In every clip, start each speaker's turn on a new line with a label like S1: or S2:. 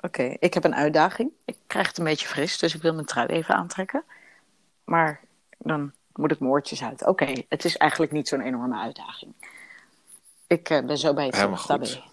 S1: Oké, ik heb een uitdaging. Ik krijg het een beetje fris, dus ik wil mijn trui even aantrekken. Maar dan moet ik mijn oortjes uit. Oké, het is eigenlijk niet zo'n enorme uitdaging. Ik ben zo bij je terug.
S2: Helemaal goed.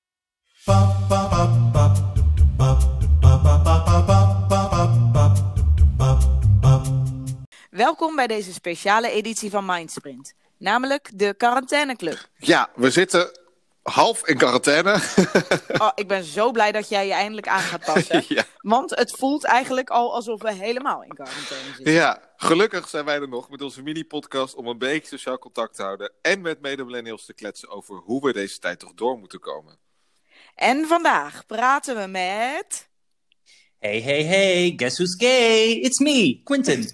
S1: Welkom bij deze speciale editie van Mindsprint. Namelijk de quarantaineclub.
S2: Ja, we zitten half in quarantaine.
S1: Oh, ik ben zo blij dat jij je eindelijk aan gaat passen.
S2: Ja.
S1: Want het voelt eigenlijk al alsof we helemaal in quarantaine zitten.
S2: Ja, gelukkig zijn wij er nog met onze mini-podcast om een beetje sociaal contact te houden. En met mede-millennials te kletsen over hoe we deze tijd toch door moeten komen.
S1: En vandaag praten we met...
S3: Hey, guess who's gay? It's me, Quentin.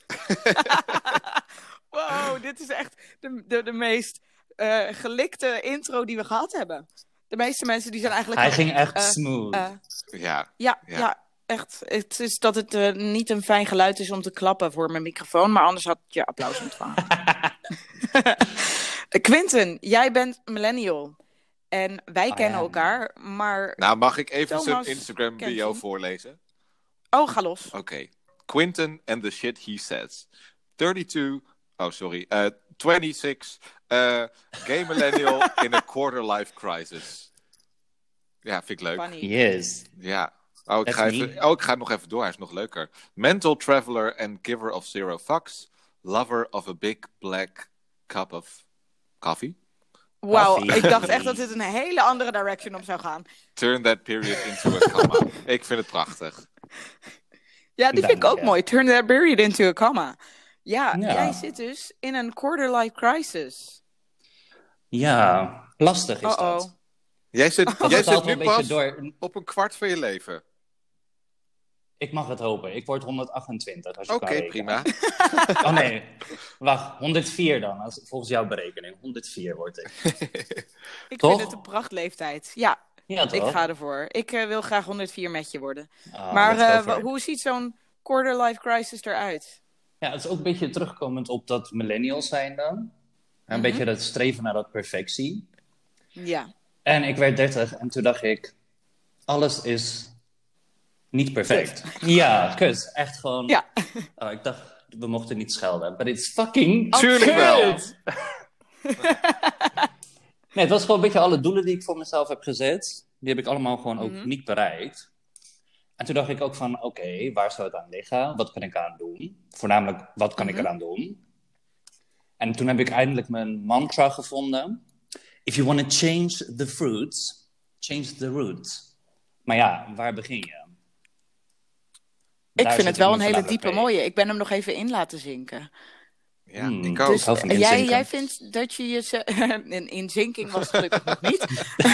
S1: Wow, dit is echt de meest gelikte intro die we gehad hebben. De meeste mensen die zijn eigenlijk...
S3: Hij ging echt smooth.
S1: Ja, echt. Het is dat het niet een fijn geluid is om te klappen voor mijn microfoon, maar anders had je applaus ontvangen. Quentin, jij bent millennial. En wij kennen elkaar, maar...
S2: Nou, mag ik even
S1: Thomas
S2: zijn Instagram bio
S1: kent
S2: voorlezen?
S1: Oh, ga los.
S2: Oké. Quentin and the shit he says. 26, gay millennial in a quarter-life crisis. Ja, vind ik leuk.
S1: Funny.
S3: Yes.
S2: Ja. Ik ga nog even door, hij is nog leuker. Mental traveler and giver of zero fucks. Lover of a big black cup of coffee.
S1: Wauw,
S3: Coffee.
S1: ik dacht echt dat dit een hele andere direction op zou gaan.
S2: Turn that period into a comma. Ik vind het prachtig.
S1: Ja, die vind ik ook
S3: Ja.
S1: mooi. Turn that period into a comma. Ja,
S3: Ja.
S1: jij zit dus in een quarter-life crisis.
S3: Ja, lastig is dat.
S2: Jij zit
S3: Dat
S2: nu
S3: valt wel een beetje
S2: pas
S3: door.
S2: op een kwart van je leven.
S3: Ik mag het hopen. Ik word 128 als je
S2: Oké,
S3: kan rekenen.
S2: prima.
S3: Oh nee, wacht. 104 dan, volgens jouw berekening. 104 word ik.
S1: Ik
S3: Toch?
S1: vind het een prachtleeftijd. Ja,
S3: Ja, toch?
S1: ik ga ervoor. Ik wil graag 104 met je worden.
S3: Ah,
S1: Maar
S3: let's go for it.
S1: hoe ziet zo'n quarter-life crisis eruit?
S3: Ja, het is ook een beetje terugkomend op dat millennials zijn dan. Een beetje dat streven naar dat perfectie.
S1: Ja.
S3: En ik werd 30 en toen dacht ik, alles is niet perfect. Ja, kut. Echt gewoon...
S1: Ja.
S3: Oh, ik dacht, we mochten niet schelden. But it's fucking
S2: Tuurlijk wel.
S3: kut. Nee, het was gewoon een beetje alle doelen die ik voor mezelf heb gezet. Die heb ik allemaal gewoon ook niet bereikt. En toen dacht ik ook van, oké, waar zou het aan liggen? Wat kan ik aan doen? Voornamelijk, wat kan ik eraan doen? En toen heb ik eindelijk mijn mantra gevonden. If you want to change the fruits, change the roots. Maar ja, waar begin je?
S1: Ik
S3: Daar
S1: vind
S3: zit
S1: het wel
S3: ik
S1: een
S3: nu
S1: hele
S3: voornamelijk
S1: diepe
S3: mee.
S1: mooie. Ik ben hem nog even in laten zinken.
S2: Ja, ik ook.
S1: Dus
S3: hou van inzinken.
S1: jij vindt dat je je... Een inzinking was gelukkig nog niet.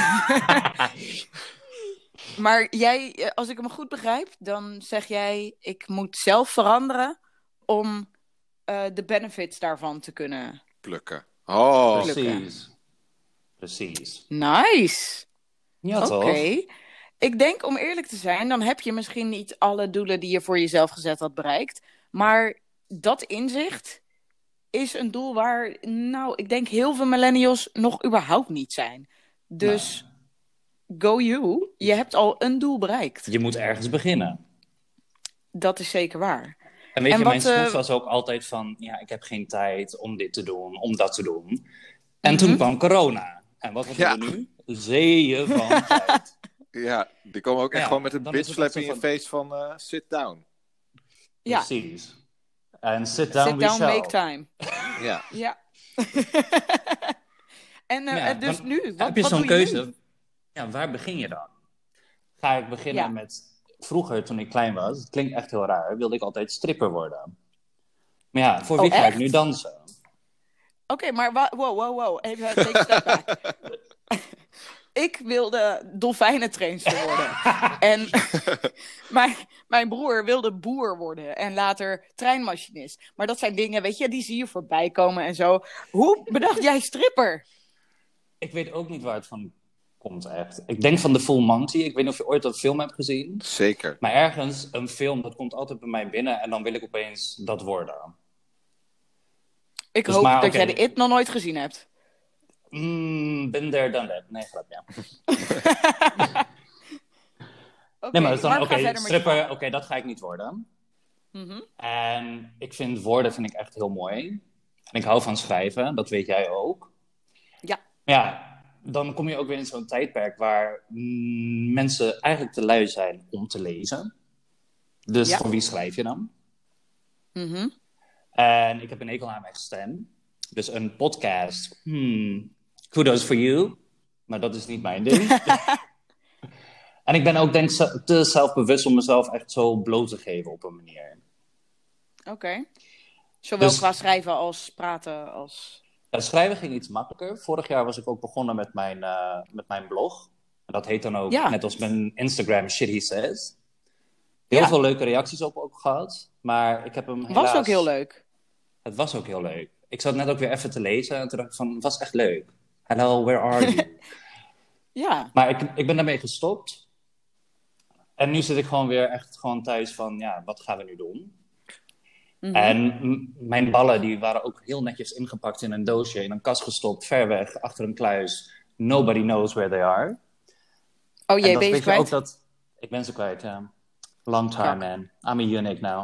S1: Maar jij, als ik hem goed begrijp, dan zeg jij... ik moet zelf veranderen om de benefits daarvan te kunnen...
S2: Plukken. Oh,
S1: Plukken.
S3: Precies.
S1: Nice!
S3: Ja,
S1: Oké.
S3: toch?
S1: Ik denk, om eerlijk te zijn, dan heb je misschien niet alle doelen die je voor jezelf gezet had bereikt. Maar dat inzicht is een doel waar, nou, ik denk heel veel millennials nog überhaupt niet zijn. Dus, go you. Je hebt al een doel bereikt.
S3: Je moet ergens beginnen.
S1: Dat is zeker waar.
S3: En weet
S1: En
S3: je,
S1: wat,
S3: mijn smoes was ook altijd van... ja, ik heb geen tijd om dit te doen, om dat te doen. En toen kwam corona. En wat hebben we nu? Zeeën van tijd.
S2: ja. Die komen ook echt
S3: Ja,
S2: gewoon met een
S3: dan is het
S2: bitch slap
S3: echt zo
S2: in je
S3: van-
S2: face van sit down.
S1: Ja,
S3: Precies. En sit down,
S1: sit
S3: we
S1: down,
S3: shall.
S1: make time.
S2: Ja.
S1: Ja. En
S3: Ja,
S1: dus
S3: dan
S1: nu, wat
S3: heb je
S1: wat
S3: zo'n
S1: doe je
S3: keuze.
S1: nu?
S3: Ja, waar begin je dan? Ga ik beginnen
S1: Ja.
S3: met... Vroeger, toen ik klein was, het klinkt echt heel raar, wilde ik altijd stripper worden. Maar ja, voor wie ga ik
S1: echt?
S3: nu dansen?
S1: Oké, maar wow. Even take a step back. Ik wilde dolfijnentrainster worden. En mijn broer wilde boer worden. En later treinmachinist. Maar dat zijn dingen, weet je, die zie je voorbij komen en zo. Hoe bedacht jij stripper?
S3: Ik weet ook niet waar het van komt echt. Ik denk van The Full Monty. Ik weet niet of je ooit dat film hebt gezien.
S2: Zeker.
S3: Maar ergens, een film, dat komt altijd bij mij binnen. En dan wil ik opeens dat worden.
S1: Ik
S3: Dus
S1: hoop
S3: maar,
S1: dat
S3: oké.
S1: jij de It nog nooit gezien hebt.
S3: Ben there, done that. Nee, grapje. Nee, maar dan,
S1: oké,
S3: stripper, oké, dat ga ik niet worden.
S1: Mm-hmm.
S3: En ik vind woorden vind ik echt heel mooi. En ik hou van schrijven, dat weet jij ook.
S1: Ja.
S3: Maar ja, dan kom je ook weer in zo'n tijdperk waar mensen eigenlijk te lui zijn om te lezen. Dus voor wie schrijf je dan?
S1: Mm-hmm.
S3: En ik heb een hekel aan mijn stem. Dus een podcast, kudos for you. Maar dat is niet mijn ding. En ik ben ook denk te zelfbewust om mezelf echt zo bloot te geven op een manier.
S1: Oké. Zowel dus, qua schrijven als praten als...
S3: schrijven ging iets makkelijker. Vorig jaar was ik ook begonnen met mijn blog. En dat heet dan ook, net als mijn Instagram, Shit He Says. Heel veel leuke reacties op ook gehad. Maar ik heb hem helaas...
S1: Was ook heel leuk.
S3: Het was ook heel leuk. Ik zat net ook weer even te lezen en toen dacht ik van, het was echt leuk. Hello, where are you?
S1: Ja.
S3: Maar ik ben daarmee gestopt. En nu zit ik gewoon weer echt gewoon thuis van, ja, wat gaan we nu doen? Mm-hmm. En mijn ballen, die waren ook heel netjes ingepakt in een doosje, in een kast gestopt, ver weg, achter een kluis. Nobody knows where they are.
S1: Oh, jij bent je kwijt?
S3: Ook dat... Ik ben ze kwijt, ja. Long time, man. I'm a eunuch now.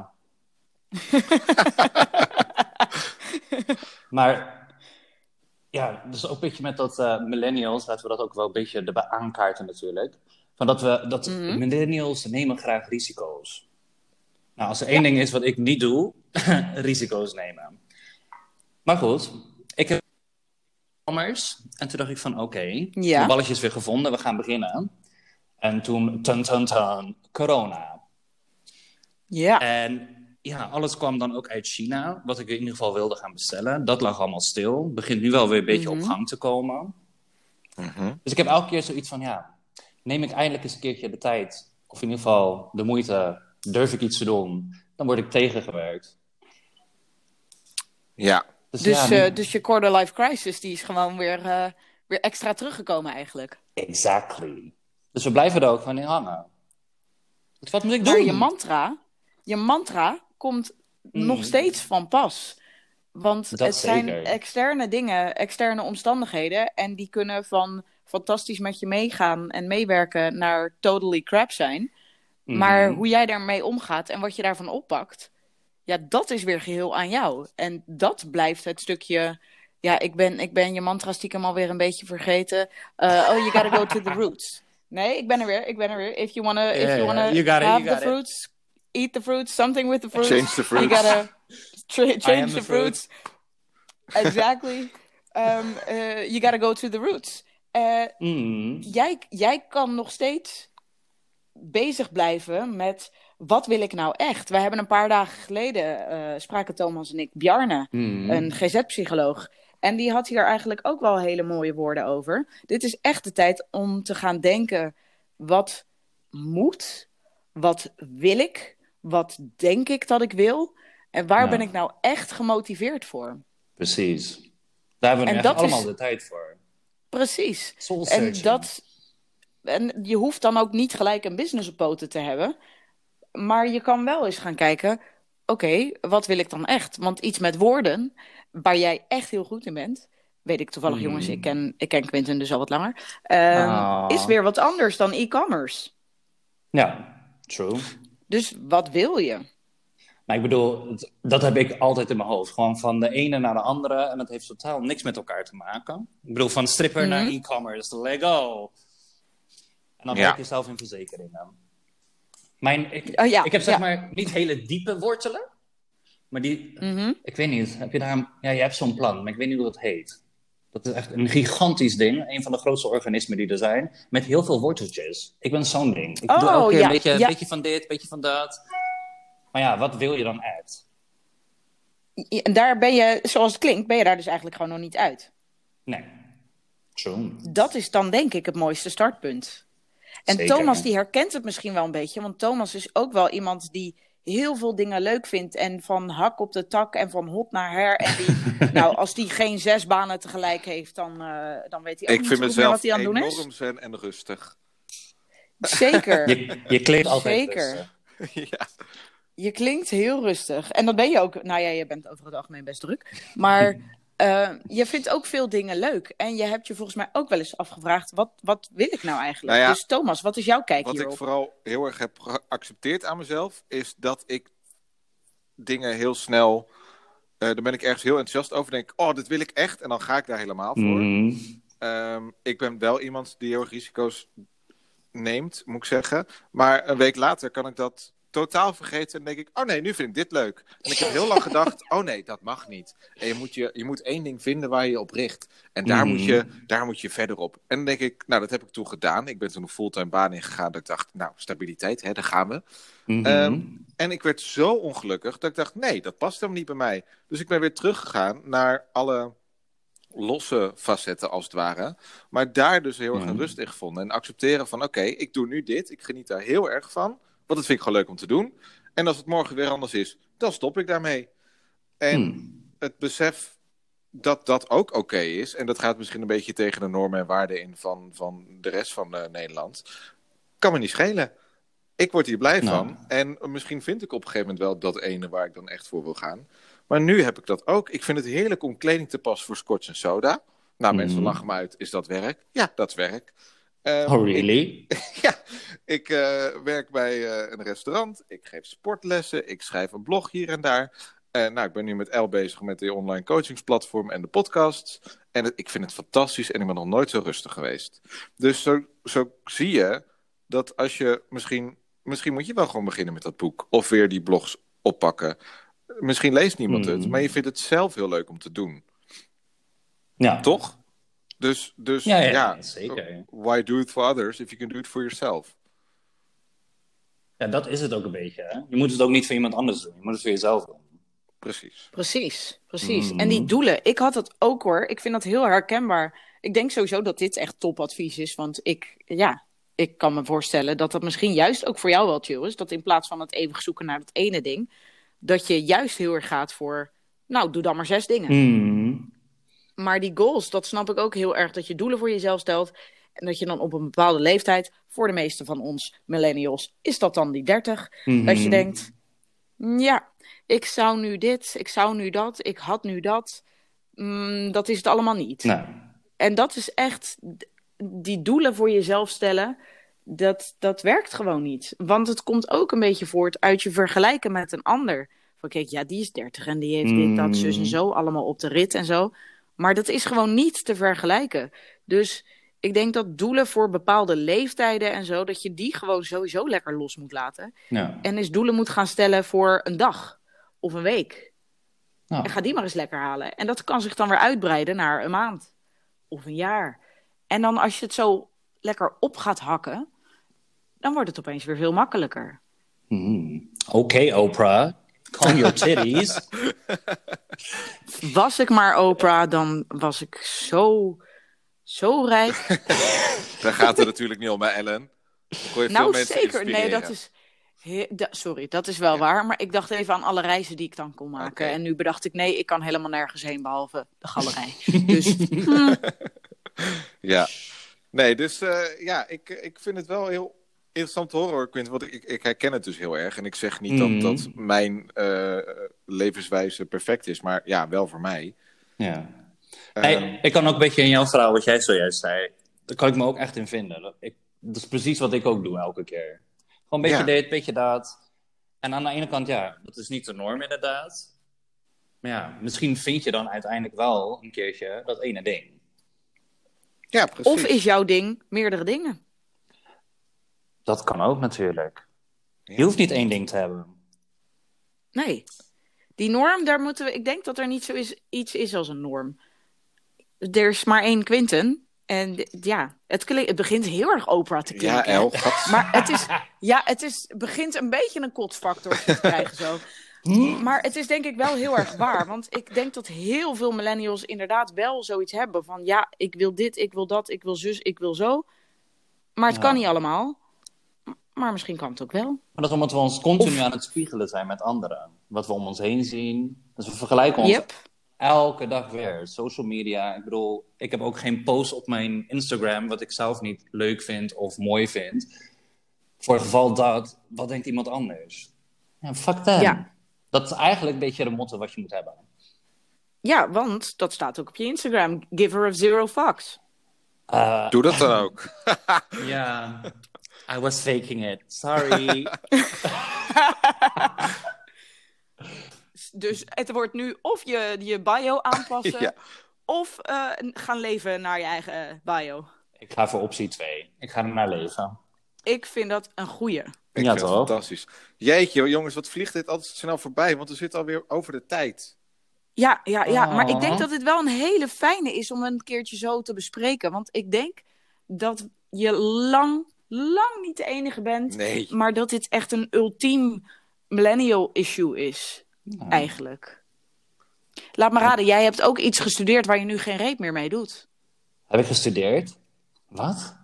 S3: Maar... Ja, dus ook een beetje met dat millennials, laten we dat ook wel een beetje erbij aankaarten natuurlijk. Van dat millennials nemen graag risico's. Nou, als er één ding is wat ik niet doe, risico's nemen. Maar goed, ik heb commerce en toen dacht ik van oké, de balletjes weer gevonden, we gaan beginnen. En toen, corona.
S1: Ja.
S3: En ja, alles kwam dan ook uit China, wat ik in ieder geval wilde gaan bestellen. Dat lag allemaal stil. Begint nu wel weer een beetje op gang te komen. Mm-hmm. Dus ik heb elke keer zoiets van, neem ik eindelijk eens een keertje de tijd, of in ieder geval de moeite, durf ik iets te doen, dan word ik tegengewerkt.
S2: Ja.
S1: Dus je quarter-life crisis, die is gewoon weer extra teruggekomen eigenlijk.
S3: Exactly. Dus we blijven er ook van in hangen. Dus wat moet ik doen?
S1: Maar je mantra komt nog steeds van pas. Want het zijn externe dingen, externe omstandigheden. En die kunnen van fantastisch met je meegaan en meewerken naar totally crap zijn. Mm-hmm. Maar hoe jij daarmee omgaat en wat je daarvan oppakt, ja, dat is weer geheel aan jou. En dat blijft het stukje... Ja, ik ben je mantra stiekem alweer een beetje vergeten. You gotta go to the roots. Nee, ik ben er weer. If you wanna have the fruits... Eat the fruits, something with the fruits.
S2: Change the fruits.
S1: You gotta change the fruits. Exactly. You gotta go to the roots. Jij kan nog steeds bezig blijven met wat wil ik nou echt? We hebben een paar dagen geleden spraken Thomas en ik Bjarne, een GZ-psycholoog. En die had hier eigenlijk ook wel hele mooie woorden over. Dit is echt de tijd om te gaan denken, wat moet? Wat wil ik? Wat denk ik dat ik wil? En waar ben ik nou echt gemotiveerd voor?
S3: Precies. Daar hebben we allemaal de tijd voor.
S1: Precies. En je hoeft dan ook niet gelijk een business op poten te hebben. Maar je kan wel eens gaan kijken, oké, wat wil ik dan echt? Want iets met woorden, waar jij echt heel goed in bent, weet ik toevallig, jongens, ik ken Quinten dus al wat langer, is weer wat anders dan e-commerce.
S3: Ja, true.
S1: Dus wat wil je?
S3: Maar ik bedoel, dat heb ik altijd in mijn hoofd. Gewoon van de ene naar de andere. En dat heeft totaal niks met elkaar te maken. Ik bedoel, van stripper naar e-commerce. Let go. En dan werk je zelf in verzekeringen. Ik heb zeg maar niet hele diepe wortelen. Maar die... Ik weet niet. Heb je daar... Ja, je hebt zo'n plan. Maar ik weet niet hoe dat heet. Dat is echt een gigantisch ding. Een van de grootste organismen die er zijn. Met heel veel worteltjes. Ik ben zo'n ding. Ik doe elke keer een beetje van dit, een beetje van dat. Maar ja, wat wil je dan echt?
S1: En daar ben je, zoals het klinkt, ben je daar dus eigenlijk gewoon nog niet uit.
S3: Nee. True.
S1: Dat is dan denk ik het mooiste startpunt. En zeker. Thomas die herkent het misschien wel een beetje. Want Thomas is ook wel iemand die heel veel dingen leuk vindt. En van hak op de tak en van hot naar her. En die, nou, als die geen 6 banen tegelijk heeft, dan weet hij ook niet goed meer wat hij aan het doen is.
S2: Ik vind mezelf enorm zen en rustig.
S1: Zeker.
S3: Je klinkt altijd rustig.
S2: Ja.
S1: Je klinkt heel rustig. En dat ben je ook. Nou ja, je bent over het algemeen best druk. Maar je vindt ook veel dingen leuk. En je hebt je volgens mij ook wel eens afgevraagd, wat wil ik nou eigenlijk?
S2: Nou ja,
S1: dus Thomas, wat is jouw kijk hierop?
S2: Wat ik vooral heel erg heb geaccepteerd aan mezelf, is dat ik dingen heel snel... dan ben ik ergens heel enthousiast over. Denk ik, dit wil ik echt. En dan ga ik daar helemaal voor. Ik ben wel iemand die heel erg risico's neemt, moet ik zeggen. Maar een week later kan ik dat totaal vergeten. En denk ik, nee, nu vind ik dit leuk. En ik heb heel lang gedacht, nee, dat mag niet. En je moet één ding vinden waar je je op richt. En daar moet je verder op. En dan denk ik, dat heb ik toen gedaan. Ik ben toen een fulltime baan ingegaan. Dat ik dacht, stabiliteit, daar gaan we. En ik werd zo ongelukkig dat ik dacht, nee, dat past helemaal niet bij mij. Dus ik ben weer teruggegaan naar alle losse facetten als het ware. Maar daar dus heel erg een rust in gevonden. En accepteren van, oké, ik doe nu dit. Ik geniet daar heel erg van. Want dat vind ik gewoon leuk om te doen. En als het morgen weer anders is, dan stop ik daarmee. En het besef dat dat ook oké is. En dat gaat misschien een beetje tegen de normen en waarden in van de rest van Nederland. Kan me niet schelen. Ik word hier blij van. En misschien vind ik op een gegeven moment wel dat ene waar ik dan echt voor wil gaan. Maar nu heb ik dat ook. Ik vind het heerlijk om kleding te passen voor Scotch en Soda. Mensen lachen me uit. Is dat werk? Ja, dat is werk.
S3: Really?
S2: Ik werk bij een restaurant. Ik geef sportlessen. Ik schrijf een blog hier en daar. Ik ben nu met Elle bezig met de online coachingsplatform en de podcasts. En ik vind het fantastisch en ik ben nog nooit zo rustig geweest. Dus zo zie je dat als je misschien moet je wel gewoon beginnen met dat boek. Of weer die blogs oppakken. Misschien leest niemand het, maar je vindt het zelf heel leuk om te doen.
S3: Ja.
S2: Toch? Dus
S3: ja, zeker.
S2: Why do it for others if you can do it for yourself?
S3: Ja, dat is het ook een beetje. Hè? Je moet het ook niet voor iemand anders doen. Je moet het voor jezelf doen.
S2: Precies.
S1: En die doelen, ik had het ook hoor. Ik vind dat heel herkenbaar. Ik denk sowieso dat dit echt topadvies is. Want ik kan me voorstellen dat dat misschien juist ook voor jou wel chill is. Dat in plaats van het eeuwig zoeken naar dat ene ding, dat je juist heel erg gaat voor, doe dan maar 6 dingen. Maar die goals, dat snap ik ook heel erg. Dat je doelen voor jezelf stelt. En dat je dan op een bepaalde leeftijd, voor de meeste van ons millennials, is dat dan die 30. Dat je denkt, ik zou nu dit, ik zou nu dat, ik had nu dat. Dat is het allemaal niet.
S3: Nee.
S1: En dat is echt, die doelen voor jezelf stellen, dat werkt gewoon niet. Want het komt ook een beetje voort uit je vergelijken met een ander. Van kijk, die is 30 en die heeft dit, dat, zus en zo, allemaal op de rit en zo. Maar dat is gewoon niet te vergelijken. Dus ik denk dat doelen voor bepaalde leeftijden en zo, dat je die gewoon sowieso lekker los moet laten.
S3: Ja.
S1: En eens doelen moet gaan stellen voor een dag of een week. En ga die maar eens lekker halen. En dat kan zich dan weer uitbreiden naar een maand of een jaar. En dan als je het zo lekker op gaat hakken, dan wordt het opeens weer veel makkelijker.
S3: Oké, Oprah. Calm your titties.
S1: Was ik maar Oprah, dan was ik zo rijk.
S2: Daar gaat het natuurlijk niet om, bij Ellen.
S1: Zeker. Nee, dat is... Sorry, dat is wel waar. Maar ik dacht even aan alle reizen die ik dan kon maken. Okay. En nu bedacht ik, nee, ik kan helemaal nergens heen behalve de galerij. Dus...
S2: Ja. Nee, dus ik vind het wel heel interessant te horen, hoor, Quint. Want ik herken het dus heel erg. En ik zeg niet dat mijn levenswijze perfect is. Maar ja, wel voor mij.
S3: Ja. Ik kan ook een beetje in jouw verhaal, wat jij zojuist zei. Daar kan ik me ook echt in vinden. Dat is precies wat ik ook doe elke keer. Gewoon een beetje dit, beetje dat. En aan de ene kant, dat is niet de norm inderdaad. Maar misschien vind je dan uiteindelijk wel een keertje dat ene ding.
S2: Ja, precies.
S1: Of is jouw ding meerdere dingen?
S3: Dat kan ook natuurlijk. Je hoeft niet 1 ding te hebben.
S1: Nee. Die norm, daar moeten we... Ik denk dat er niet iets is als een norm. Er is maar 1 Quinten. En het begint heel erg Oprah te klinken.
S2: Ja,
S1: maar het begint een beetje een kotfactor te krijgen zo. Maar het is denk ik wel heel erg waar. Want ik denk dat heel veel millennials inderdaad wel zoiets hebben. Van ik wil dit, ik wil dat, ik wil zus, ik wil zo. Maar het kan niet allemaal. Maar misschien kan het ook wel.
S3: Maar dat is omdat we ons continu aan het spiegelen zijn met anderen. Wat we om ons heen zien. Dus we vergelijken ons elke dag weer. Social media. Ik bedoel, ik heb ook geen post op mijn Instagram wat ik zelf niet leuk vind of mooi vind. Voor het geval dat, wat denkt iemand anders? Ja, fuck that. Ja. Dat is eigenlijk een beetje de motto wat je moet hebben.
S1: Ja, want dat staat ook op je Instagram. Giver of zero fucks.
S2: Doe dat dan ook.
S3: Ja, I was faking it. Sorry.
S1: Dus het wordt nu of je bio aanpassen...
S2: Ja.
S1: of gaan leven naar je eigen bio.
S3: Ik ga voor optie 2. Ik ga er naar leven.
S1: Ik vind dat een goeie.
S2: Ik
S3: Ja,
S2: vind het
S3: toch?
S2: fantastisch. Jeetje, jongens, wat vliegt dit altijd snel voorbij? Want we zitten alweer over de tijd.
S1: Ja, maar ik
S3: Oh.
S1: denk dat dit wel een hele fijne is om een keertje zo te bespreken. Want ik denk dat je lang niet de enige bent.
S2: Nee.
S1: Maar dat dit echt een ultiem millennial issue is. Eigenlijk. Laat me raden, jij hebt ook iets gestudeerd waar je nu geen reet meer mee doet.
S3: Heb ik gestudeerd? Wat?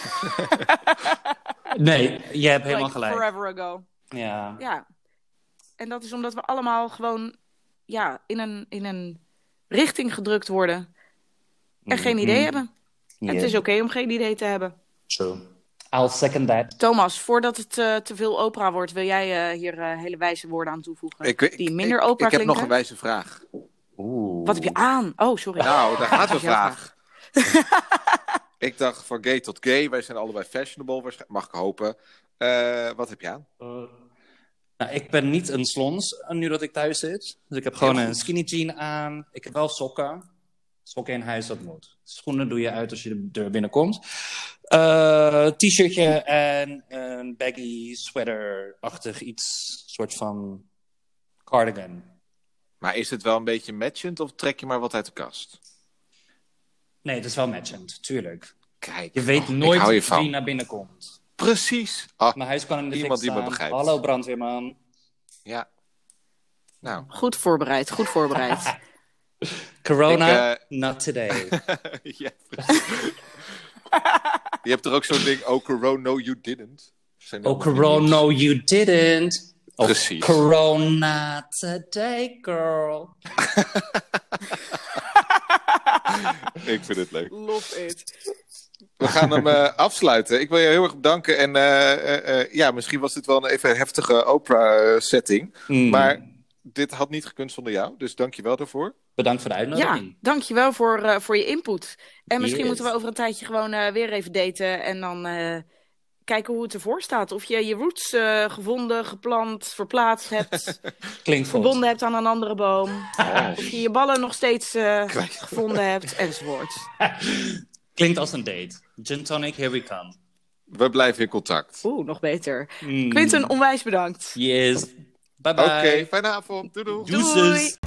S3: Nee, je hebt helemaal
S1: Like
S3: gelijk.
S1: forever ago.
S3: Ja.
S1: Ja. En dat is omdat we allemaal gewoon in een richting gedrukt worden. En geen idee hebben. En het is oké om geen idee te hebben.
S3: True. I'll second that.
S1: Thomas, voordat het te veel opera wordt, wil jij hier hele wijze woorden aan toevoegen? Die minder opera
S2: Ik heb
S1: klinken?
S2: nog een wijze vraag.
S3: Oeh.
S1: Wat heb je aan? Oh, sorry.
S2: Nou, daar gaat de
S1: Dat is jouw
S2: vraag. Ik dacht van gay tot gay. Wij zijn allebei fashionable, mag ik hopen. Wat heb je aan?
S3: Nou, ik ben niet een slons nu dat ik thuis zit. Dus ik heb gewoon een skinny jean aan. Ik heb wel sokken. Sokken in huis, dat moet. Schoenen doe je uit als je de deur binnenkomt. T-shirtje en een baggy sweater-achtig iets. Soort van cardigan.
S2: Maar is het wel een beetje matchend of trek je maar wat uit de kast?
S3: Nee, het is wel matchend, tuurlijk.
S2: Kijk,
S3: Je weet
S2: ik
S3: nooit
S2: hou je van.
S3: wie naar binnen komt.
S2: Precies. Ah,
S3: Mijn huis kan in de
S2: iemand
S3: fik
S2: die me
S3: staan.
S2: begrijpt.
S3: Hallo brandweerman.
S2: ja. Nou.
S1: Goed voorbereid.
S3: Corona, not today.
S2: Ja, precies. Je hebt er ook zo'n ding, oh corona, no you didn't.
S3: Oh, corona, no you didn't. Of
S2: Precies.
S3: Corona today, girl.
S2: Ik vind het leuk.
S1: Love it.
S2: We gaan hem afsluiten. Ik wil je heel erg bedanken. En misschien was dit wel een even heftige opera-setting. Maar dit had niet gekund zonder jou. Dus dank je wel daarvoor.
S3: Bedankt voor de uitnodiging.
S1: Ja, dankjewel voor je input. En misschien
S3: Yes.
S1: moeten we over een tijdje gewoon weer even daten. En dan kijken hoe het ervoor staat. Of je je roots gevonden, geplant, verplaatst hebt.
S3: Klinkt goed.
S1: Verbonden hebt aan een andere boom. Of je je ballen nog steeds gevonden hebt. Enzovoort.
S3: Klinkt als een date. Gin tonic, here we come.
S2: We blijven in contact.
S1: Oeh, nog beter. Quinten, onwijs bedankt.
S3: Yes. Bye bye.
S2: Oké, fijne avond. Doei doei.
S3: Deuces.